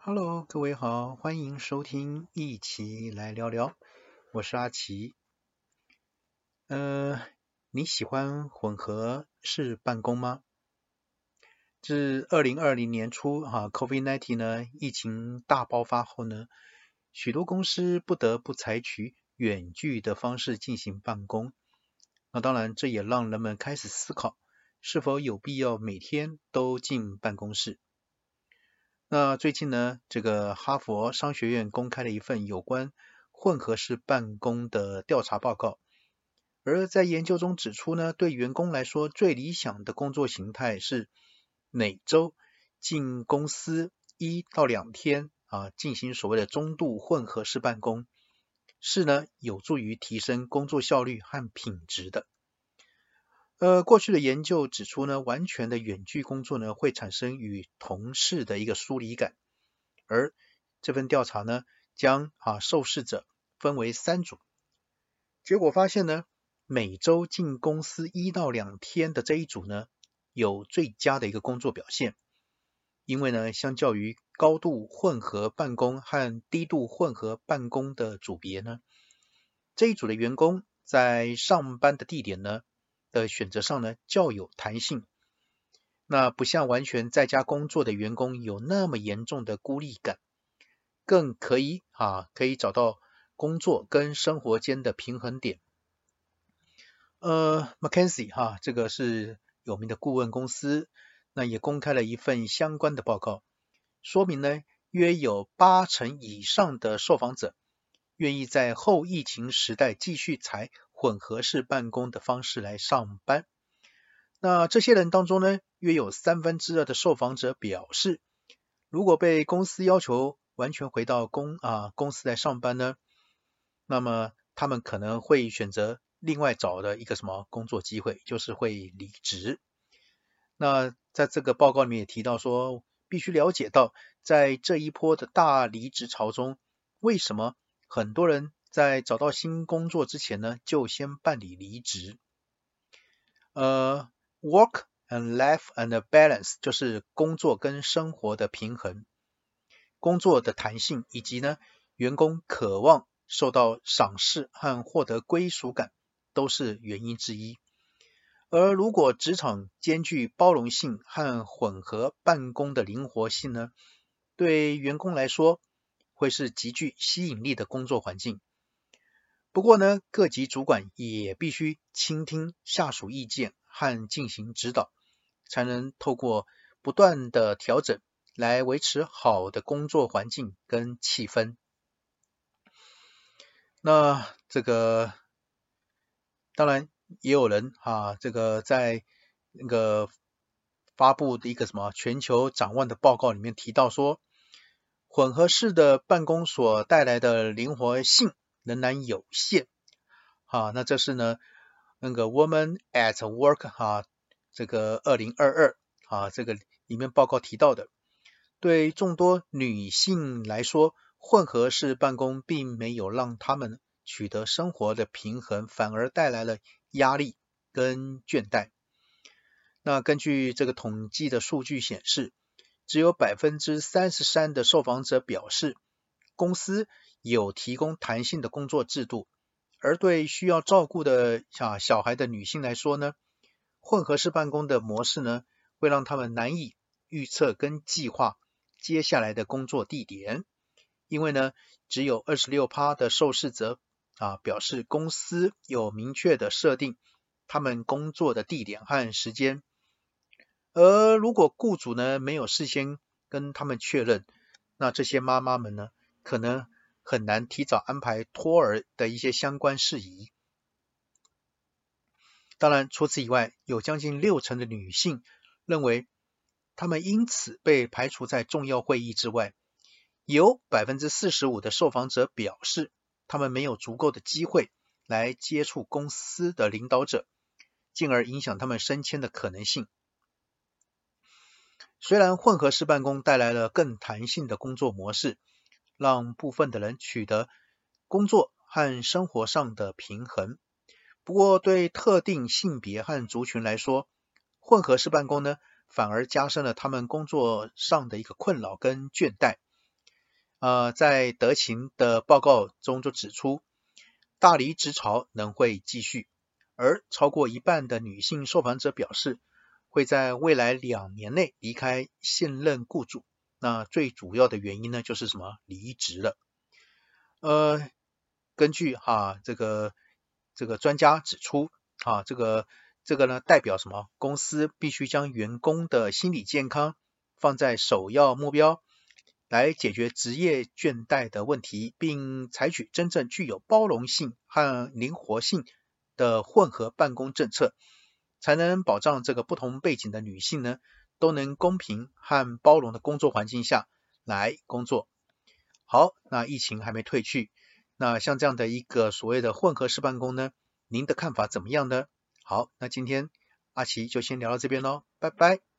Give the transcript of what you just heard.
Hello，各位好，欢迎收听一起来聊聊，我是阿奇。你喜欢混合式办公吗？自2020年初COVID-19 呢疫情大爆发后呢，许多公司不得不采取远距的方式进行办公。那当然，这也让人们开始思考，是否有必要每天都进办公室。那最近呢，这个哈佛商学院公开了一份有关混合式办公的调查报告，而在研究中指出呢，对员工来说，最理想的工作形态是每周进公司1到2天进行所谓的中度混合式办公，是呢有助于提升工作效率和品质的。过去的研究指出呢，完全的远距工作呢，会产生与同事的一个疏离感。而这份调查呢，将受试者分为3组，结果发现呢，每周进公司1到2天的这一组呢，有最佳的一个工作表现。因为呢，相较于高度混合办公和低度混合办公的组别呢，这一组的员工在上班的地点呢的选择上呢较有弹性，那不像完全在家工作的员工有那么严重的孤立感，更可以找到工作跟生活间的平衡点。McKinsey 这个是有名的顾问公司，那也公开了一份相关的报告，说明呢约有80%以上的受访者愿意在后疫情时代继续采混合式办公的方式来上班。那这些人当中呢，约有2/3的受访者表示，如果被公司要求完全回到公司来上班呢，那么他们可能会选择另外找的一个工作机会，就是会离职。那在这个报告里面也提到说，必须了解到在这一波的大离职潮中，为什么很多人在找到新工作之前呢，就先办理离职。Work and life and balance 就是工作跟生活的平衡，工作的弹性，以及呢员工渴望受到赏识和获得归属感，都是原因之一。而如果职场兼具包容性和混合办公的灵活性呢，对员工来说会是极具吸引力的工作环境。不过呢，各级主管也必须倾听下属意见和进行指导，才能透过不断的调整来维持好的工作环境跟气氛。那这个当然也有人这个在那个发布的一个全球展望的报告里面提到说，混合式的办公所带来的灵活性仍然有限。那这是呢那个 Women at Work 这个2022这个里面报告提到的。对众多女性来说，混合式办公并没有让她们取得生活的平衡，反而带来了压力跟倦怠。那根据这个统计的数据显示，只有 33% 的受访者表示公司有提供弹性的工作制度，而对需要照顾的小孩的女性来说呢，混合式办公的模式呢，会让他们难以预测跟计划接下来的工作地点，因为呢，只有 26% 的受试者表示公司有明确的设定他们工作的地点和时间，而如果雇主呢没有事先跟他们确认，那这些妈妈们呢可能很难提早安排托儿的一些相关事宜。当然除此以外，有将近60%的女性认为她们因此被排除在重要会议之外，有 45% 的受访者表示他们没有足够的机会来接触公司的领导者，进而影响他们升迁的可能性。虽然混合式办公带来了更弹性的工作模式，让部分的人取得工作和生活上的平衡，不过对特定性别和族群来说，混合式办公呢反而加深了他们工作上的一个困扰跟倦怠， 在德勤的报告中就指出，大离职潮能会继续，而超过一半的女性受访者表示，会在未来2年内离开现任雇主。那最主要的原因呢，就是什么？离职了。根据这个专家指出，这个呢代表什么？公司必须将员工的心理健康放在首要目标，来解决职业倦怠的问题，并采取真正具有包容性和灵活性的混合办公政策，才能保障这个不同背景的女性呢，都能公平和包容的工作环境下来工作。好，那疫情还没退去，那像这样的一个所谓的混合式办公呢，您的看法怎么样呢？好，那今天阿奇就先聊到这边咯，拜拜。